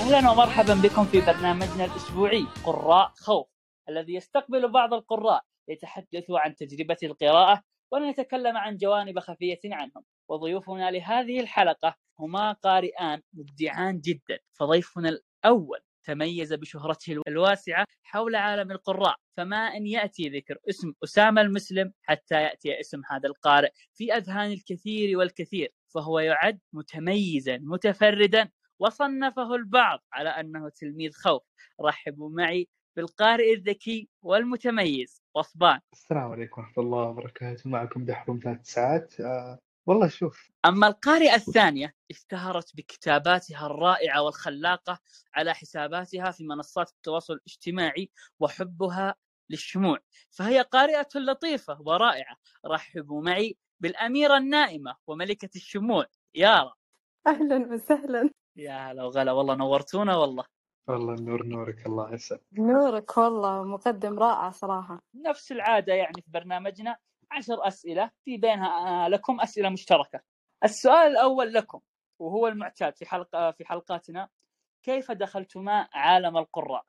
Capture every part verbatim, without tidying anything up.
أهلا ومرحبا بكم في برنامجنا الأسبوعي قراء خوف، الذي يستقبل بعض القراء ليتحدثوا عن تجربة القراءة ونتكلم عن جوانب خفية عنهم. وضيوفنا لهذه الحلقة هما قارئان مبدعان جدا. فضيفنا الأول تميز بشهرته الواسعة حول عالم القراء، فما أن يأتي ذكر اسم أسامة المسلم حتى يأتي اسم هذا القارئ في أذهان الكثير والكثير، فهو يعد متميزا متفردا، وصنفه البعض على أنه تلميذ خوف. رحبوا معي بالقارئ الذكي والمتميز وصبان. السلام عليكم ورحمة الله وبركاته. معكم دحوم ثلاث ساعات. آه والله شوف. أما القارئة الثانية اشتهرت بكتاباتها الرائعة والخلاقة على حساباتها في منصات التواصل الاجتماعي وحبها للشموع، فهي قارئة لطيفة ورائعة. رحبوا معي بالأميرة النائمة وملكة الشموع يارا. أهلا وسهلا. يا هلا وغلا، والله نورتونا. والله والله نور نورك، الله يسعد نورك، والله مقدم رائع صراحة. نفس العادة يعني في برنامجنا عشر أسئلة في بينها لكم أسئلة مشتركة. السؤال الأول لكم وهو المعتاد في حلقة في حلقاتنا: كيف دخلتما عالم القراء؟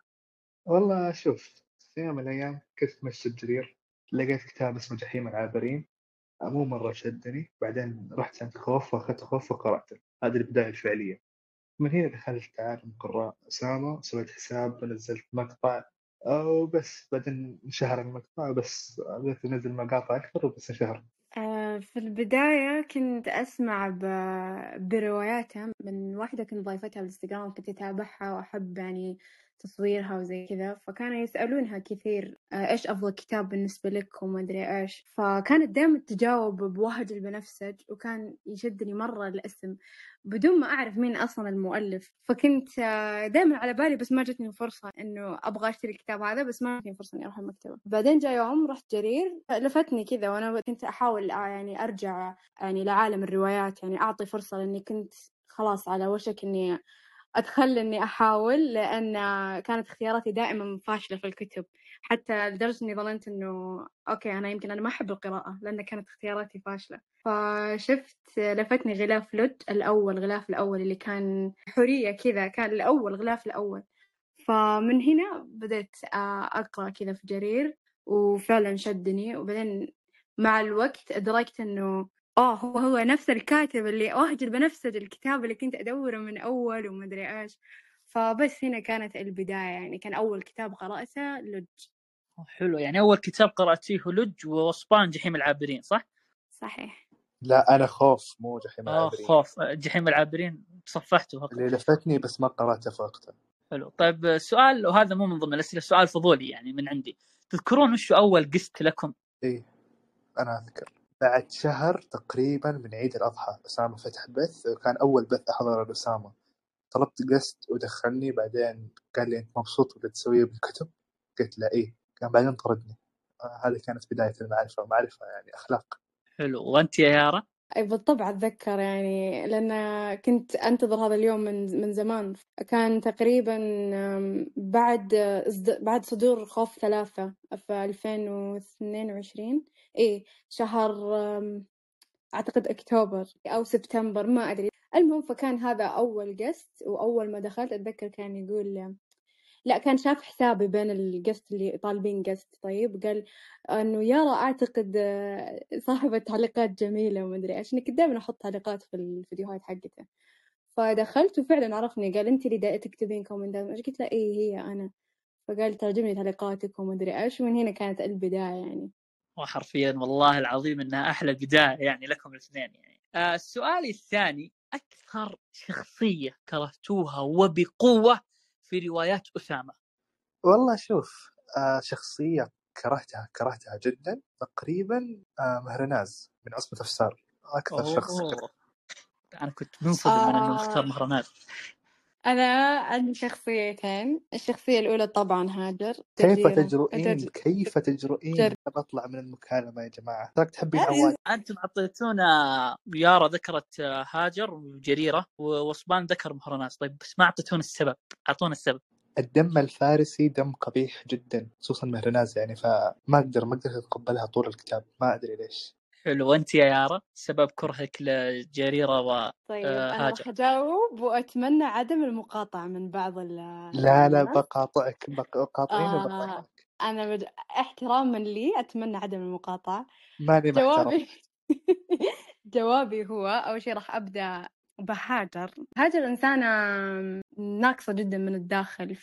والله شوف، في يوم من الأيام كنت مشي الجرير، لقيت كتاب اسمه جحيم العابرين. مو مرة شدني، بعدين رحت عند خوف وأخذت خوف وقرأته. هذه البداية الفعلية. من هنا دخلت عالم قراء أسامة، سويت حساب ونزلت مقطع وبس. بعدين انشهر المقطع وبس، بدأت أنزل مقاطع أكثر وبس انشهر. آه، في البداية كنت أسمع ب- برواياتها من واحدة كنت ضايفتها بالإنستغرام، كنت أتابعها وأحب يعني تصويرها وزي كذا، فكانوا يسألونها كثير آه، إيش أفضل كتاب بالنسبة لك وما أدري إيش، فكانت دائما تجاوب بوهج البنفسج، وكان يشدني مرة الاسم بدون ما أعرف مين أصلا المؤلف. فكنت آه، دائما على بالي، بس ما جتني فرصة إنه أبغى أشتري الكتاب هذا، بس ما جتني فرصة إني أروح المكتبة. بعدين جاء يوم رحت جرير، لفتني كذا، وأنا كنت أحاول يعني أرجع يعني لعالم الروايات، يعني أعطي فرصة، لأني كنت خلاص على وشك إني أدخل إني أحاول، لأن كانت اختياراتي دائما فاشلة في الكتب، حتى لدرجة إني ظننت إنه أوكي أنا يمكن أنا ما أحب القراءة لأن كانت اختياراتي فاشلة. فشفت لفتني غلاف لوج الأول، غلاف الأول اللي كان حورية كذا، كان الأول غلاف الأول. فمن هنا بدأت أقرأ كذا في جرير، وفعلا شدني. وبعدين مع الوقت أدركت إنه آه هو هو نفس الكاتب اللي أهجر بنفسه الكتاب اللي كنت أدوره من أول وما أدري إيش. فبس هنا كانت البداية، يعني كان أول كتاب قرأته لج. حلو، يعني أول كتاب قرأتيه لج ووصبان جحيم العابرين، صح؟ صحيح. لا أنا خوف مو جحيم آه العابرين. خوف جحيم العابرين صفحته فقط. اللي لفتني بس ما قرأته في وقته. حلو. طيب السؤال، وهذا مو من ضمن الأسئلة، سؤال فضولي يعني من عندي: تذكرون وش أول قست لكم؟ إيه أنا أذكر بعد شهر تقريبا من عيد الأضحى أسامة فتح بث، وكان أول بث أحضر لأسامة. طلبت قسط ودخلني، بعدين قال لي أنت مبسوط اللي تسويه بالكتب؟ قلت له إيه. كان بعدين طردني. آه هذه كانت بداية المعرفة، معرفة يعني أخلاق. حلو. وأنت يا يارا؟ أي بالطبع أتذكر، يعني لأن كنت أنتظر هذا اليوم من من زمان. كان تقريبا أم، بعد إصد- بعد صدور خوف ثلاثة في ألفين واثنين وعشرين. إيه شهر أم، أعتقد أكتوبر أو سبتمبر ما أدري. المهم فكان هذا أول قست، وأول ما دخلت أتذكر كان يقول لا، كان شاف حسابي بين القست اللي طالبين قست. طيب قال انه يارا اعتقد آه، صاحبة تعليقات جميلة وما ادري ايش، اني كنت دائما احط تعليقات في الفيديوهات حقته. فدخلت وفعلا عرفني، قال انت اللي دا تكتبين كومنتات؟ قلت له ايه هي انا. فقال تعجبني تعليقاتك وما ادري ايش، ومن هنا كانت البداية يعني. وحرفيا والله العظيم انها احلى بدايه يعني لكم الاثنين. يعني آه السؤال الثاني: اكثر شخصيه كرهتوها وبقوه في روايات اسامه؟ والله شوف، آه شخصية كرهتها كرهتها جدا تقريبا آه مهرناز من عصمة أفسار. أكثر شخص كره. اوه، انا كنت منصدم من انه مختار آه مهرنات. أنا عندي شخصيتين. الشخصية الأولى طبعا هاجر، كيف جريرة تجرؤين جر... كيف تجرؤين جر... بطلع من المكالمة يا جماعة؟ تراك تحبين عواد. انتم اعطيتونا يارا ذكرت هاجر وجريره، ووصبان ذكر مهرنات. طيب بس ما اعطيتونا السبب، اعطونا السبب. الدم الفارسي دم قبيح جدا، خصوصا مهرناز يعني، فما أقدر ما أقدر أتقبلها طول الكتاب، ما أدري ليش. حلو. وانت يا يارا سبب كرهك لجريرة وهاجر؟ طيب أنا راح أجاوب وأتمنى عدم المقاطعة من بعض ال لا لا الناس. بقاطعك بقاطعين آه وبقاطعك. أنا بد... احتراما لي أتمنى عدم المقاطعة. ماني محترم. جوابي جوابي هو أول شيء راح أبدأ بهاجر. هاجر إنسانة ناقصة جدا من الداخل،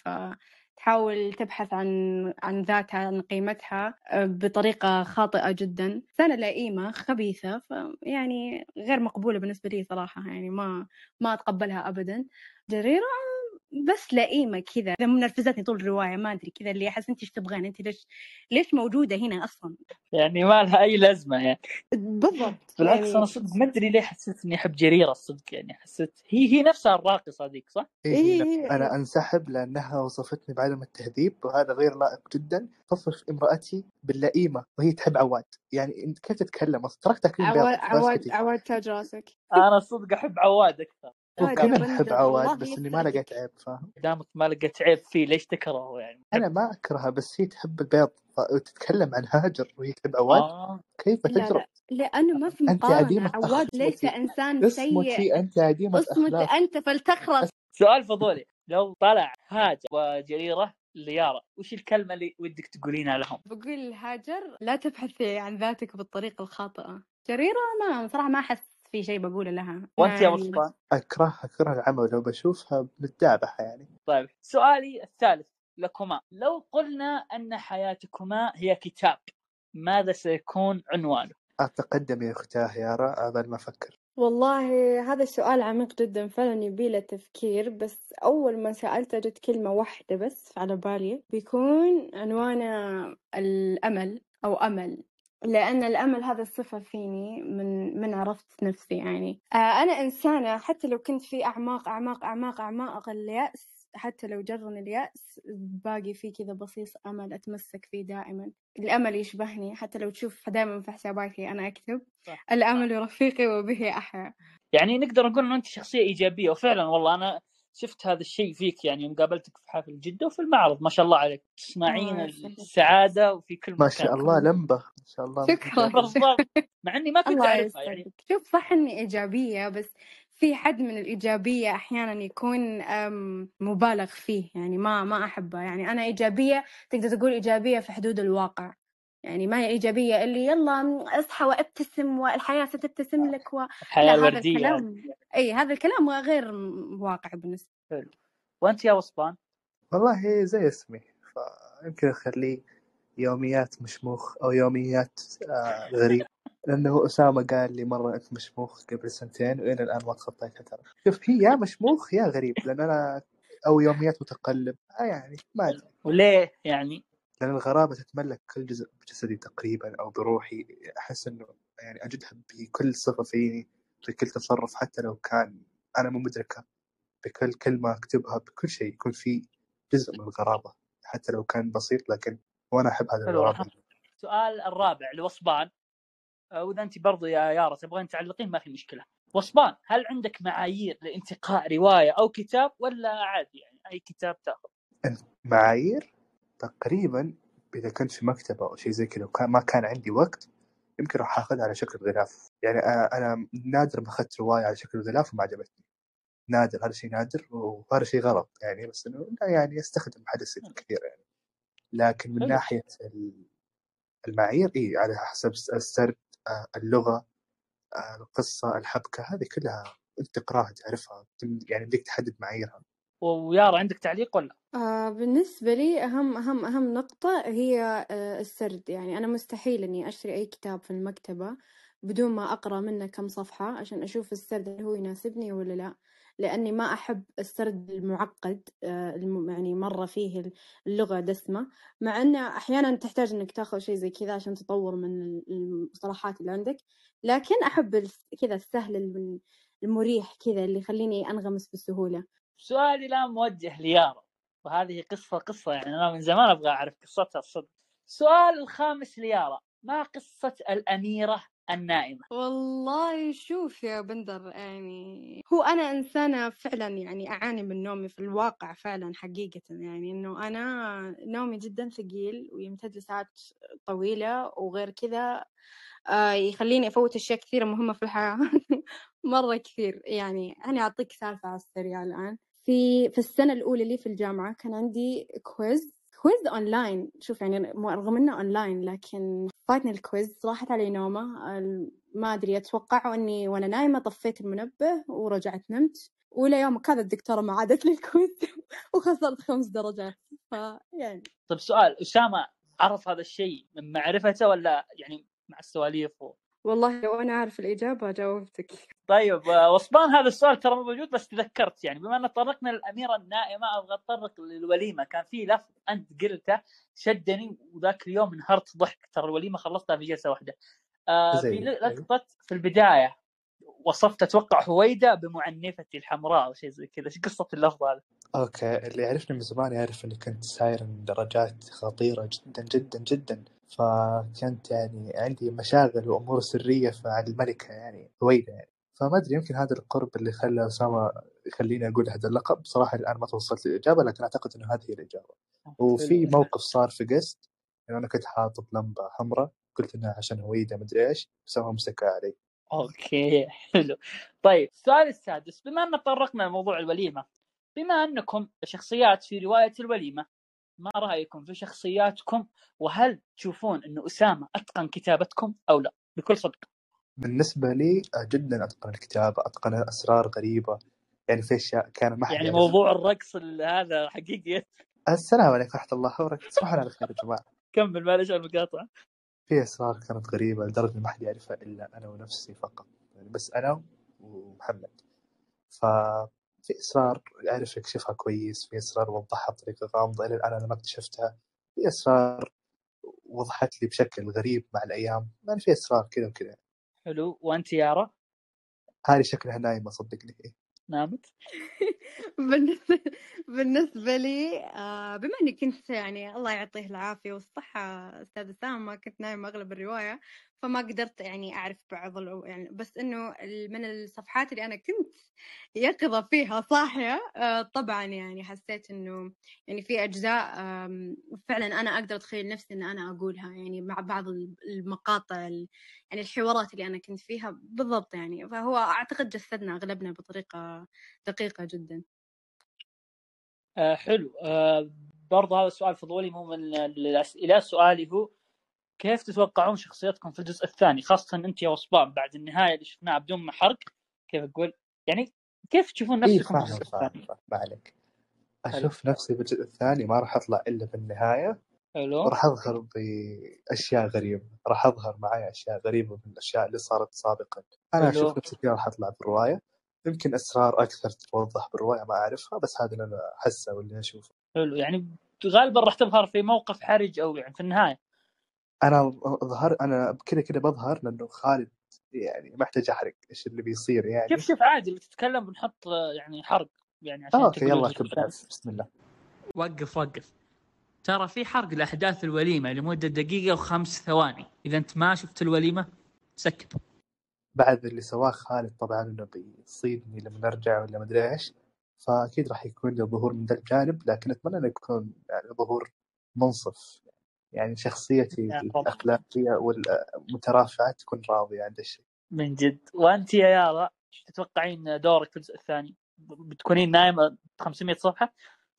فتحاول تبحث عن عن ذاتها، عن قيمتها بطريقة خاطئة جدا. إنسانة لئيمة خبيثة، فيعني غير مقبولة بالنسبة لي صراحة، يعني ما ما أتقبلها أبدا. جريرة بس لئيمة كذا، إذا منرفزتني طول الرواية، ما أدري كذا، اللي أحس أنت إيش تبغين، أنت ليش ليش موجودة هنا أصلا، يعني ما لها أي لازمة يعني. بالضبط. بالعكس يعني أنا صدق ما أدري ليه حسيت إني أحب جريرة الصدق، يعني حسيت هي هي نفسها الراقصة ذيك، صح؟ إيه إيه هي إيه أنا إيه. أنسحب لأنها وصفتني بعدم التهذيب، وهذا غير لائق جدا. تصف امرأتي باللئيمة وهي تحب عواد، يعني أنت كيف تتكلم أصلا؟ تراك تاكلين بيض. عواد عواد فاسكتي. عواد تاج راسك. أنا صدق أحب عواد أكثر. وكلنا هاجر نحب بندر عواد، الله بس إني ما لقيت يسعدك. عيب، فاهم؟ دامك ما لقيت عيب فيه ليش تكرهه يعني؟ أنا ما أكرهها، بس هي تحب البيض وتتكلم عن هاجر وهي تحب عواد. آه. كيف لا تجرؤ؟ لا لأنه ما في أنت مقارنة. عديمة أخ. عواد ليس اصمتي إنسان سيء. اصمتي أنت عديمة اصمت أخلاق. أنت فلتخرس. سؤال فضولي، لو طلع هاجر وجريرة ليارا وش الكلمة اللي ودك تقولينها لهم؟ بقول هاجر لا تبحثي عن ذاتك بالطريقة الخاطئة. جريرة ما صراحة ما أحس في شيء بقوله لها. وانت يا ما وصفان؟ أكره أكره العمل، لو بشوفها متدابحة يعني. طيب سؤالي الثالث لكما، لو قلنا أن حياتكما هي كتاب، ماذا سيكون عنوانه؟ أتقدم يا أختاه يارا قبل ما أفكر. والله هذا السؤال عميق جدا فعلا، يبيله تفكير. بس أول ما سألته جت كلمة واحدة بس على بالي، بيكون عنوانه الأمل أو أمل، لأن الأمل هذا الصفة فيني من من عرفت نفسي. يعني آه أنا إنسانة حتى لو كنت في أعماق أعماق أعماق أعماق اليأس، حتى لو جرني اليأس باقي في كذا بصيص أمل أتمسك فيه دائما. الأمل يشبهني، حتى لو تشوف دائما في حساباتي أنا أكتب صح. الأمل رفيقي وبه أحيا. يعني نقدر نقول أن أنت شخصية إيجابية، وفعلا والله أنا شفت هذا الشيء فيك، يعني يوم قابلتك في حفل جدة وفي المعرض ما شاء الله عليك، تصنعين السعادة وفي كل مكان. ما شاء الله لمبة، ما شاء الله. شكرا. بالضبط، مع أني ما كنت الله أعرفها يعني. يسعدك. شوف صح إني إيجابية، بس في حد من الإيجابية أحيانا يكون أم، مبالغ فيه، يعني ما ما أحبه. يعني أنا إيجابية تقدر تقول إيجابية في حدود الواقع، يعني ما هي إيجابية اللي يلا أصحى وابتسم والحياة ستبتسم لك و... الحياة لا، هذا الوردية. الكلام أي هذا الكلام غير واقع بالنسبة. حلو. وأنت يا وصفان؟ والله زي اسمي، فيمكن أخليه يوميات مشموخ أو يوميات آه غريب، لأنه أسامة قال لي مرة أنت مشموخ قبل سنتين وإلى الآن ما تخطيتها. ترى شوف، هي يا مشموخ يا غريب، لأن أنا أو يوميات متقلب. آه يعني ما أدري وليه يعني؟ لأن الغرابة تتملك كل جزء بجسدي تقريبا أو بروحي. أحس إنه يعني أجدها بكل صفة فيني، بكل تصرف، حتى لو كان أنا مو مدركة، بكل كلمة أكتبها، بكل شيء يكون في جزء من الغرابة حتى لو كان بسيط، لكن وأنا أحب هذا حلو. الغرابة. السؤال الرابع لوصبان، وإذا أنت برضو يا يارا تبغين تعلقين ما في مشكلة. وصبان، هل عندك معايير لانتقاء رواية أو كتاب ولا عادي يعني أي كتاب تأخذ؟ معايير تقريبا إذا كنت في مكتبة أو شيء زي كذا وكان ما كان عندي وقت، يمكن راح أخذها على شكل غلاف. يعني أنا نادر ما أخذت رواية على شكل غلاف وما عجبتني، نادر، هذا شيء نادر وهذا شيء غلط يعني، بس إنه لا يعني أستخدم حدث كثير يعني. لكن من حلو. ناحية المعايير إيه، على حسب السرد، اللغة، القصة، الحبكة، هذه كلها أنت تقراها تعرفها، يعني بدك تحدد معاييرها. ويارا عندك تعليق ولا؟ آه بالنسبة لي أهم أهم أهم نقطة هي آه السرد. يعني أنا مستحيل إني أشتري أي كتاب في المكتبة بدون ما أقرأ منه كم صفحة عشان أشوف السرد اللي هو يناسبني ولا لا، لأني ما أحب السرد المعقد. آه الم- يعني مرة فيه اللغة دسمة، مع أنه أحيانا تحتاج إنك تاخذ شيء زي كذا عشان تطور من المصطلحات اللي عندك، لكن أحب الس- كذا السهل الم- المريح كذا اللي يخليني أنغمس بسهولة. سؤالي الآن موجه ليارا، وهذه قصة قصة يعني أنا من زمان أبغى أعرف قصتها الصدق. السؤال الخامس ليارا، ما قصة الأميرة النائمة؟ والله شوف يا بندر، يعني هو أنا إنسانة فعلا يعني أعاني من نومي في الواقع فعلا حقيقة، يعني إنه أنا نومي جدا ثقيل ويمتد لساعات طويلة، وغير كذا آه يخليني أفوت أشياء كثيرة مهمة في الحياة. مرة كثير. يعني أنا أعطيك سالفة على السريع الآن. في في السنة الأولى لي في الجامعة كان عندي كويز كويز أونلاين. شوف يعني رغم إنه أونلاين لكن فاتني الكويز، راحت علي نومة. ما أدري، أتوقع أني وأنا نايمة طفيت المنبه ورجعت نمت، وإلى يومك هذا الدكتورة ما عادت لي الكويز وخسرت خمس درجات. فيعني طيب سؤال، أسامة عرف هذا الشيء من معرفته ولا يعني مع السواليف و... والله لو أنا أعرف الإجابة جاوبتك. طيب وصبان، هذا السؤال ترى موجود بس تذكرت، يعني بما أن طرقنا للأميرة النائمة أبغى أتطرق للوليمة. كان في لفظ أنت قلته شدني وذاك اليوم انهرت ضحك، ترى الوليمة خلصتها في جلسة واحدة. آه في لقطة في البداية وصفت أتوقع هويدا بمعنفتي الحمراء أو شيء زي كذا، إيش قصة اللفظ هذا؟ اوكي، اللي يعرفني من زمان يعرف اني كنت ساير من درجات خطيرة جدا جدا جدا، فكنت يعني عندي مشاغل وامور سرية مع الملكة يعني هويدا يعني. فما ادري، يمكن هذا القرب اللي خلى اسامة يخليني اقول هذا اللقب. بصراحة الان ما توصلت للاجابة، لكن اعتقد انه هذه هي الاجابة. وفي موقف صار في قست، يعني انا كنت حاطط لمبة حمراء، قلت انها عشان هويدا مدري ايش، سوى مسكها علي. اوكي حلو. طيب السؤال السادس، بما ان طرقنا لموضوع الوليمه، بما انكم شخصيات في روايه الوليمه، ما رايكم في شخصياتكم؟ وهل تشوفون انه اسامه اتقن كتابتكم او لا؟ بكل صدق. بالنسبة لي جدا اتقن الكتابة، اتقن اسرار غريبة، يعني في اشياء كان ما حد يعني يعرف. موضوع الرقص هذا حقيقي؟ السلام عليكم ورحمة الله وبركاته، تصبحون على خير يا جماعة. كمل معلش على المقاطعه. في أسرار كانت غريبة لدرجة ما حد يعرفها إلا أنا ونفسي فقط، يعني بس أنا ومحمد. ففي أسرار أعرف أكشفها كويس، في أسرار وضحها بطريقة غامضة إلى الآن أنا ما اكتشفتها، في أسرار وضحت لي بشكل غريب مع الأيام، يعني في أسرار كذا وكذا. حلو. وانت يارا؟ هذه شكلها نايمة صدقني. نامت؟ بالنسبة بالنسبة لي آه بما إني كنت يعني الله يعطيه العافية والصحة أستاذ أسامة، كنت نايمة أغلب الرواية فما قدرت يعني أعرف بعض يعني، بس إنه من الصفحات اللي أنا كنت يقظة فيها صاحية آه طبعا يعني حسيت إنه يعني في أجزاء آه فعلا أنا أقدر أتخيل نفسي إن أنا أقولها، يعني مع بعض المقاطع يعني الحوارات اللي أنا كنت فيها بالضبط يعني. فهو أعتقد جسدنا أغلبنا بطريقة دقيقة جدا. آه حلو. آه برضه هذا السؤال فضولي مو من الأسئلة. سؤالي هو كيف تتوقعون شخصيتكم في الجزء الثاني، خاصة أنت يا وصبان بعد النهاية اللي شفناها بدون ما حرق؟ كيف أقول يعني، كيف تشوفون إيه نفسكم في فاهم الجزء فاهم الثاني؟ فاهم ما عليك. حلو. أشوف نفسي بالجزء الثاني ما راح أطلع إلا بالنهاية، حلو. وراح أظهر بأشياء غريبة، راح أظهر معي أشياء غريبة من الأشياء اللي صارت سابقا. أنا حلو. أشوف نفسي كذا راح أطلع بالرواية، يمكن أسرار أكثر تتوضح بالرواية ما أعرفها، بس هذا اللي أنا أحسه واللي أشوفه. حلو، يعني غالبا راح تظهر في موقف حرج أو يعني في النهاية. أنا أظهر أنا كذا كذا بظهر لأنه خالد يعني ما أحتاج أحرق إيش اللي بيصير يعني. شوف شوف عادي اللي تتكلم بنحط يعني حرق يعني عشان أوكي تقول يلا كمل، بسم الله. وقف وقف. ترى في حرق لأحداث الوليمة لمدة دقيقة وخمس ثواني، إذا أنت ما شفت الوليمة سكت. بعد اللي سواه خالد طبعا إنه بيصيدني لما نرجع ولا مدري إيش، فأكيد راح يكون له ظهور من ذا الجانب، لكن أتمنى أن يكون يعني ظهور منصف، يعني شخصيتي الأخلاقية والمترافعة تكون راضية عن الشيء. من جد. وأنت يا يارا تتوقعين دورك في الجزء الثاني؟ بتكونين نايمة خمسمية صفحة؟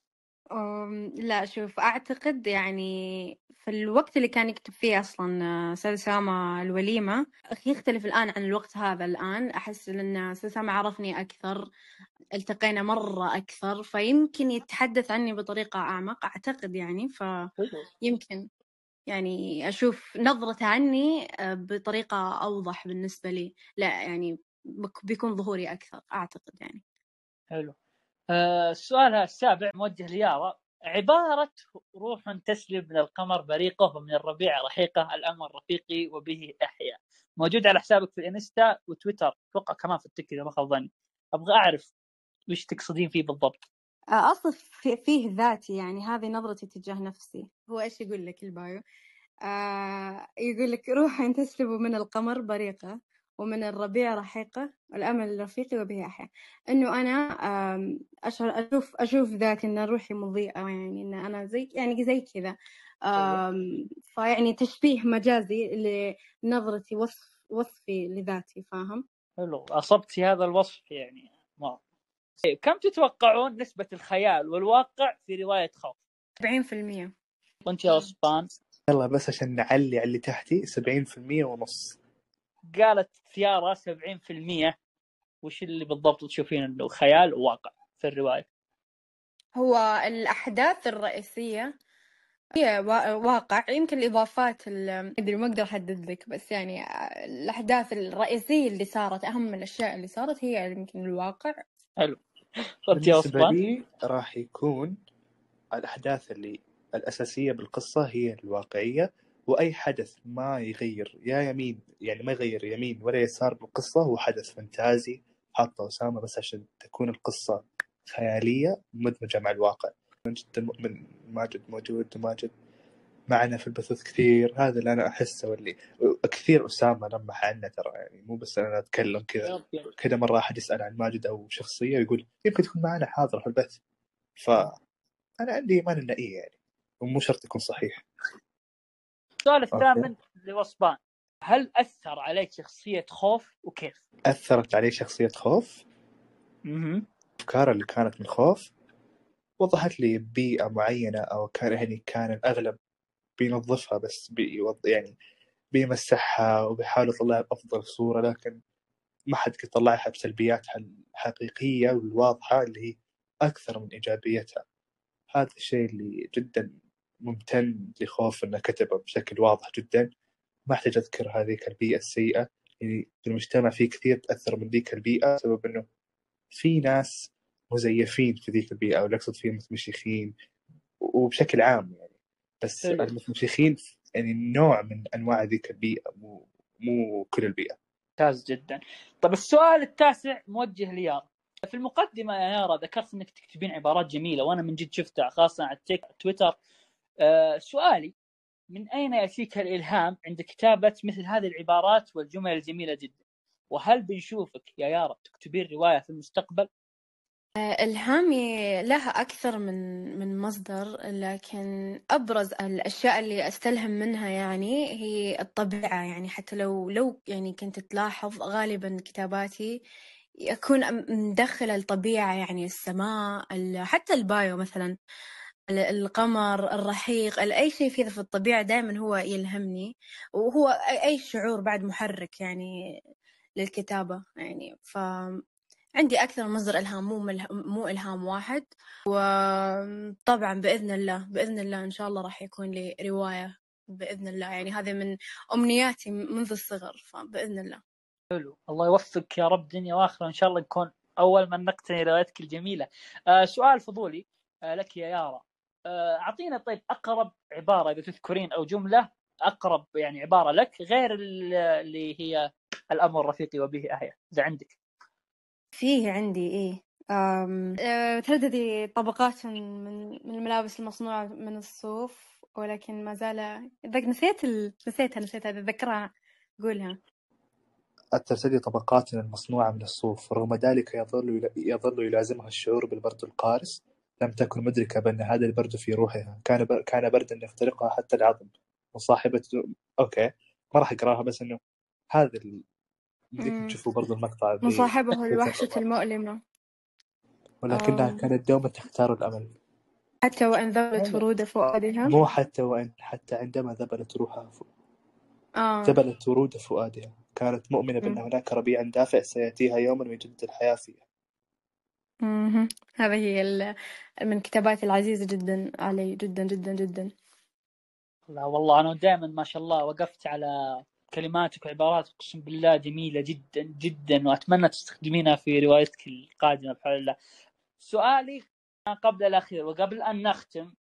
أم لا شوف، أعتقد يعني في الوقت اللي كان يكتب فيه أصلا أستاذ أسامة الوليمة يختلف الآن عن الوقت هذا. الآن أحس أن أستاذ أسامة عرفني أكثر، التقينا مرة أكثر، فيمكن يتحدث عني بطريقة أعمق أعتقد يعني. فيمكن يعني أشوف نظرته عني بطريقة أوضح بالنسبة لي، لا يعني بيكون ظهوري أكثر أعتقد يعني. حلو. آه السؤال السابع موجه ليارا. عبارة روح تسلب من القمر بريقه ومن الربيع رحيقه، الأمر رفيقي وبه أحيا، موجود على حسابك في الانستا وتويتر، اتوقع كمان في التيك اذا ما خاب ظني. ابغى اعرف وش تقصدين فيه بالضبط. أصف فيه ذاتي، يعني هذه نظرتي تجاه نفسي. هو إيش يقول لك البايو؟ آه يقول لك روحا تسلب من القمر بريقة ومن الربيع رحيقة والأمل رفيقي وبه أحيا. إنه أنا آم، أشعر أشوف أشوف ذاتي إن روحي مضيئة، يعني إن أنا زي يعني زي كذا. آم، فيعني تشبيه مجازي لنظرتي، وصف وصفي لذاتي، فاهم؟ حلو، أصبتي هذا الوصف يعني. ما. كم تتوقعون نسبة الخيال والواقع في رواية خوف؟ سبعين في المية. وانت يا أسبان؟ يلا بس عشان نعلي على اللي تحتي، سبعين في المية ونص. قالت ثيارة سبعين في المية. وش اللي بالضبط تشوفين انه خيال وواقع في الرواية؟ هو الأحداث الرئيسية هي وا- واقع، يمكن الإضافات ال- أدري ما أقدر أحدد لك، بس يعني الأحداث الرئيسية اللي صارت، أهم الأشياء اللي صارت هي يمكن الواقع. حلو. وانت يا بالنسبة أسبان؟ لي راح يكون الأحداث اللي الأساسية بالقصة هي الواقعية، وأي حدث ما يغير يا يمين، يعني ما يغير يمين ولا يسار بالقصة، هو حدث فانتازي حاطه أسامة بس عشان تكون القصة خيالية مدمجة مع الواقع. من جدا مؤمن ماجد موجود، وماجد معنا في البثوث كثير، هذا اللي أنا أحسه. واللي كثير أسامة لمح عنه ترى، يعني مو بس أنا أتكلم كذا كذا مرة أحد يسأل عن ماجد أو شخصية ويقول يمكن تكون معنا حاضرة في البث، فأنا عندي إيمان إنه إيه يعني، ومو شرط يكون صحيح. السؤال الثامن لوسبان، هل أثر عليك شخصية خوف وكيف؟ أثرت علي شخصية خوف؟ اها. أفكار اللي كانت من خوف وضحت لي بيئة معينة، أو كان يعني كان الأغلب بينظفها بس بيوض يعني بيمسحها وبيحاول يطلعها بأفضل صورة، لكن ما حد يطلعها بسلبياتها الحقيقية والواضحة اللي هي أكثر من إيجابيتها. هذا الشيء اللي جدا ممتن لخوف إنه كتبه بشكل واضح جدا. ما أحتاج أذكر هذه البيئة السيئة، يعني في المجتمع في كثير تأثر من ذيك البيئة بسبب إنه في ناس مزيفين في ذيك البيئة، ولا أقصد فيهم متمشيخين وبشكل عام يعني، بس حلو. المتمشيخين يعني نوع من أنواع ذيك البيئة، مو مو كل البيئة. ممتاز جدا. طب السؤال التاسع موجه ليارا. في المقدمة يا يارا ذكرت انك تكتبين عبارات جميلة، وانا من جد شفتها خاصة على التيك تويتر. أه سؤالي، من أين يأتيك الإلهام عند كتابة مثل هذه العبارات والجمل الجميلة جدا؟ وهل بنشوفك يا يارا تكتبين رواية في المستقبل؟ إلهامي لها أكثر من من مصدر، لكن أبرز الأشياء اللي أستلهم منها يعني هي الطبيعة. يعني حتى لو لو يعني كنت تلاحظ غالبا كتاباتي أكون مدخلة الطبيعة، يعني السماء، حتى البايو مثلا، القمر، الرحيق، أي شيء فيه في الطبيعة دائما هو يلهمني، وهو أي شعور بعد محرك يعني للكتابة. يعني ف عندي أكثر من مصدر إلهام، مو مله... مو إلهام واحد. وطبعا بإذن الله بإذن الله إن شاء الله راح يكون لي رواية بإذن الله، يعني هذه من أمنياتي منذ الصغر، فبإذن الله. حلو، الله يوفقك يا رب دنيا واخره، إن شاء الله نكون أول من نقتني روايتك الجميلة. آه سؤال فضولي آه لك يا يارا. آه أعطينا طيب أقرب عبارة إذا تذكرين، أو جملة أقرب يعني عبارة لك غير اللي هي الأمر رفيقي وبه أحيا، إذا عندك. فيه عندي إيه. أم... أه... ترددي طبقات من من الملابس المصنوعة من الصوف، ولكن ما زال ذاك نسيت ال... نسيتها نسيتها أتذكرها، قولها. ترتدي طبقات المصنوعة من الصوف، رغم ذلك يظل يظل يلازمها الشعور بالبرد القارس. لم تكن مدركة بأن هذا البرد في روحها، كان كان بردا يخترقها حتى العظم. وصاحبة أوكي ما راح أقراها، بس إنه هذا ال... بديكم تشوفوا برضو المقطع اللي مصاحبه الوحشة المؤلمة، ولكنها كانت دوما تختار الأمل حتى وإن ذبلت ورود فؤادها. مو حتى وإن حتى عندما ذبلت روحها ف... آه. ذبلت ورود فؤادها، كانت مؤمنة بأن هناك ربيع دافئ سيأتيها يوما ويجدد الحياة فيها. مم. هذه هي ال... من كتاباتي العزيزة جدا علي، جدا جدا جدا. لا والله أنا دائما ما شاء الله وقفت على كلماتك وعباراتك، أقسم بالله جميلة جدا جدا، وأتمنى تستخدمينها في روايتك القادمة بحول الله. سؤالي قبل الأخير وقبل أن نختم،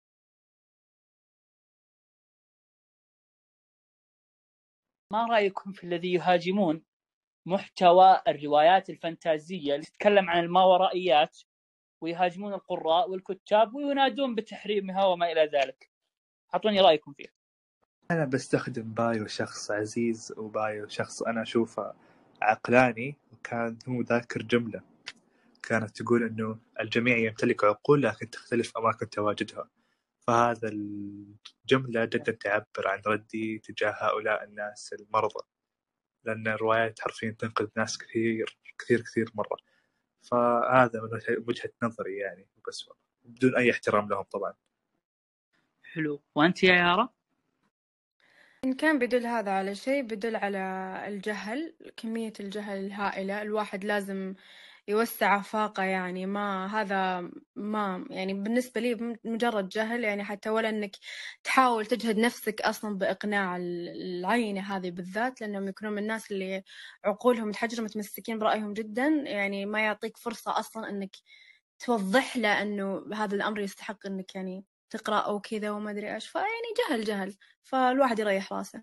ما رأيكم في الذي يهاجمون محتوى الروايات الفانتازية اللي تتكلم عن الماورائيات، ويهاجمون القراء والكتاب وينادون بتحريمها وما إلى ذلك؟ أعطوني رأيكم فيه. أنا بستخدم بايو شخص عزيز وبايو شخص أنا أشوفه عقلاني، وكان هو ذاكر جملة كانت تقول إنه الجميع يمتلك عقول لكن تختلف أماكن تواجدها. فهذا الجملة جدا تعبر عن ردي تجاه هؤلاء الناس المرضى، لأن الروايات حرفيا تنقذ ناس كثير كثير كثير مرة. فهذا من وجهة نظري يعني، بس بدون أي احترام لهم طبعا. حلو. وأنت يا يارا؟ إن كان بدل هذا على شيء، بدل على الجهل، كمية الجهل الهائلة. الواحد لازم يوسع آفاقه، يعني ما هذا ما يعني بالنسبة لي مجرد جهل، يعني حتى ولا إنك تحاول تجهد نفسك أصلا بإقناع العينة هذه بالذات، لأنهم يكونون من الناس اللي عقولهم متحجرة متمسكين برأيهم جدا، يعني ما يعطيك فرصة أصلا إنك توضح له إنه هذا الأمر يستحق إنك يعني تقرأ أو كذا وما أدري إيش. فيعني جهل جهل، فالواحد يريح راسه.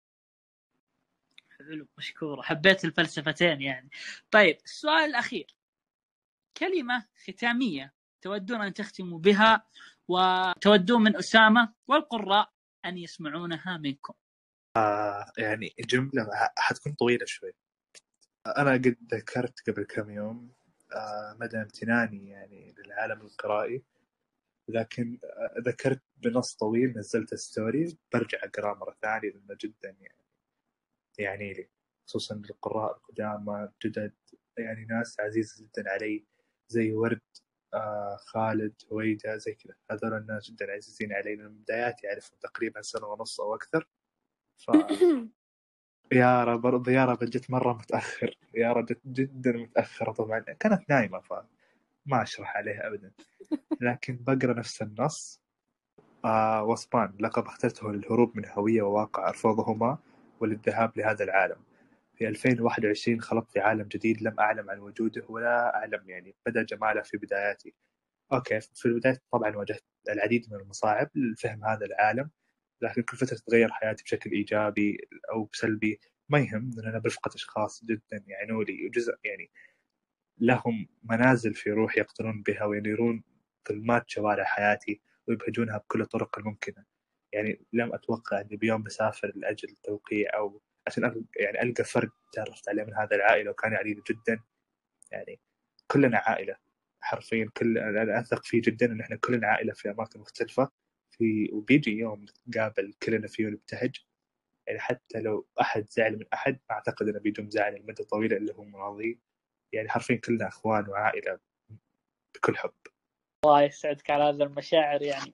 حلو، مشكورة، حبيت الفلسفتين يعني. طيب السؤال الأخير، كلمة ختامية تودون أن تختموا بها وتودون من أسامة والقراء أن يسمعونها منكم. آه يعني جملة حتكون طويلة شوي. أنا قد ذكرت قبل كم يوم آه مدى امتناني يعني للعالم القرائي، لكن آه ذكرت بنص طويل نزلت ستوري، برجع أقرأ مرة ثانية لأنه جدا يعني يعني لي، خصوصا القراء القدامى جدد، يعني ناس عزيزة جدا علي زي ورد، آه خالد، هويدا، زي كذا. هذول الناس جدا عزيزين علي من بداياتي، أعرفهم تقريبا سنة ونص أو أكثر. ف يارا برضه يارا جت مرة متأخر، يارا جت جدا متأخرة طبعا، كانت نايمة فما أشرح عليها أبدا، لكن بقرأ نفس النص. آه وصفان لقب اخترته للهروب من هوية وواقع أرفضهما وللذهاب لهذا العالم. في ألفين وواحد وعشرين خلقت في عالم جديد لم أعلم عن وجوده ولا أعلم يعني بدأ جماله في بداياتي. أوكي، في البداية طبعا واجهت العديد من المصاعب لفهم هذا العالم، لكن كل فترة تتغير حياتي بشكل إيجابي أو بسلبي ما يهم، لأن أنا برفقة أشخاص جدا يعنوا لي وجزء يعني لهم منازل في روح يقتنون بها وينيرون ظلمات شوارع حياتي ويبهجونها بكل الطرق الممكنة. يعني لم أتوقع أني بيوم بسافر لأجل توقيع أو عشان ألقى يعني ألقى فرد تعرفت عليه من هذا العائلة وكان عديد جدا. يعني كلنا عائلة حرفيا، كل أنا أثق فيه جدا إن إحنا كلنا عائلة في أماكن مختلفة، في وبيجي يوم نتقابل كلنا فيه ونبتهج. يعني حتى لو أحد زعل من أحد ما أعتقد أنه بيدوم زعل لمدة طويلة اللي هم راضين. يعني حرفيا كلنا أخوان وعائلة بكل حب. الله يسعدك على هذا المشاعر يعني.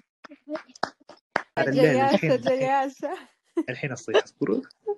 على الليل جياشة الحين الحين, جياشة. الحين أصيح أصبروا.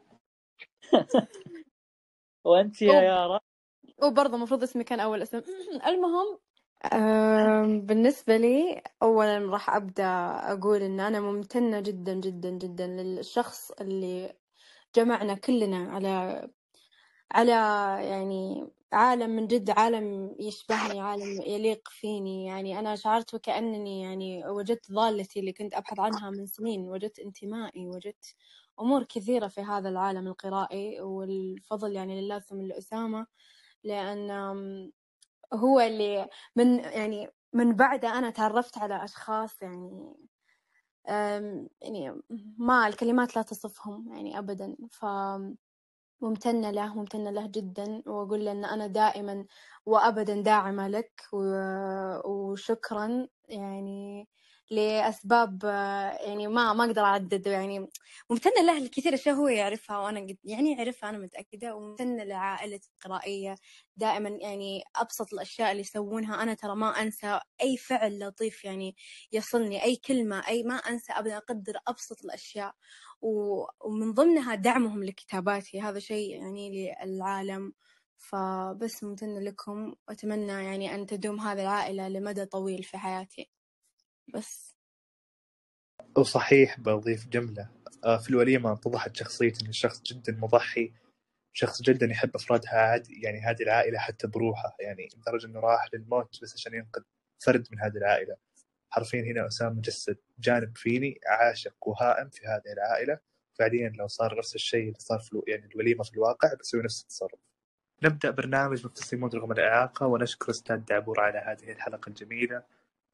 وأنت يا يارا؟ وبرضه المفروض اسمي كان أول اسم. المهم، أم، بالنسبة لي أولا راح أبدأ أقول إن أنا ممتنة جدا جدا جدا للشخص اللي جمعنا كلنا على على يعني عالم من جد، عالم يشبهني، عالم يليق فيني. يعني أنا شعرت وكأنني يعني وجدت ضالتي اللي كنت أبحث عنها من سنين، وجدت انتمائي، وجدت أمور كثيرة في هذا العالم القرائي. والفضل يعني لله ثم لأسامة، لأن هو اللي من يعني من بعده أنا تعرفت على أشخاص يعني يعني ما الكلمات لا تصفهم يعني أبدا. ف ممتنة له، ممتنة له جدا، وأقول له أن أنا دائما وأبدا داعمة لك، وشكرا يعني لأسباب يعني ما ما أقدر أعدد. يعني ممتنة له لكثير أشياء هو يعرفها وأنا قد يعني يعرفها أنا متأكدة. وممتنة لعائلتي القرائية دائما، يعني أبسط الأشياء اللي يسوونها أنا ترى ما أنسى. أي فعل لطيف يعني يصلني، أي كلمة، أي ما أنسى أبدا، أقدر أبسط الأشياء. ومن ضمنها دعمهم لكتاباتي، هذا شيء يعني للعالم. فبس ممتنة لكم، وأتمنى يعني أن تدوم هذه العائلة لمدى طويل في حياتي. بس وصحيح بضيف جملة، في الوليمة اتضحت شخصيتي من شخص جدا مضحي، شخص جدا يحب أفرادها عادي يعني هذه العائلة حتى بروحه، يعني لدرجة أنه راح للموت بس عشان ينقذ فرد من هذه العائلة. حرفيا هنا أسامة مجسد جانب فيني عاشق وهائم في هذه العائلة. فعليا لو صار نفس الشيء اللي صار في يعني الوليمة في الواقع بسوي نفس التصرف. نبدأ برنامج مبتسمون رغم الإعاقة، ونشكر أستاذ دعبور على هذه الحلقة الجميلة.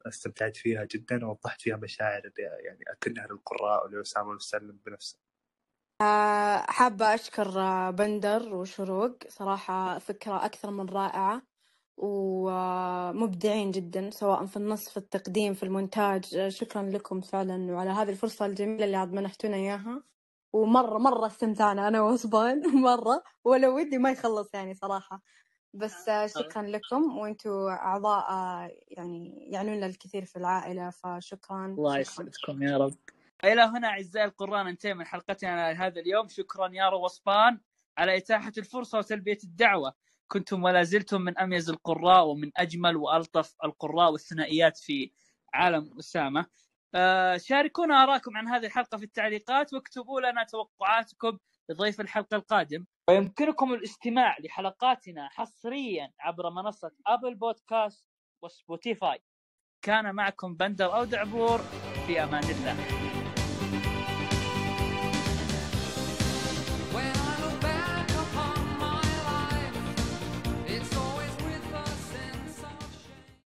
استمتعت فيها جدا ووضحت فيها مشاعر يعني أكنها للقراء ولأسامة وسلم بنفسه. حابة أشكر بندر وشروق، صراحة فكرة أكثر من رائعة ومبدعين جدا، سواء في النص في التقديم في المونتاج. شكرا لكم فعلا وعلى هذه الفرصة الجميلة اللي عاد منحتونا إياها، ومرة مرة استمتعنا أنا وصبان مرة، ولو ودي ما يخلص يعني صراحة. بس شكرا لكم، وانتوا أعضاء يعني يعنون لنا الكثير في العائلة، فشكرا. الله يسعدكم يا رب. إلى هنا أعزائي القراء ننتهي من حلقتنا هذا اليوم. شكرا يارو وصبان على إتاحة الفرصة وتلبية الدعوة. كنتم ولا زلتم من أميز القراء ومن أجمل وألطف القراء والثنائيات في عالم أسامة. آه شاركونا آراءكم عن هذه الحلقة في التعليقات، واكتبوا لنا توقعاتكم لضيف الحلقة القادم. ويمكنكم الاستماع لحلقاتنا حصريا عبر منصة أبل بودكاست وسبوتيفاي. كان معكم بندر أو دعبور، في أمان الله.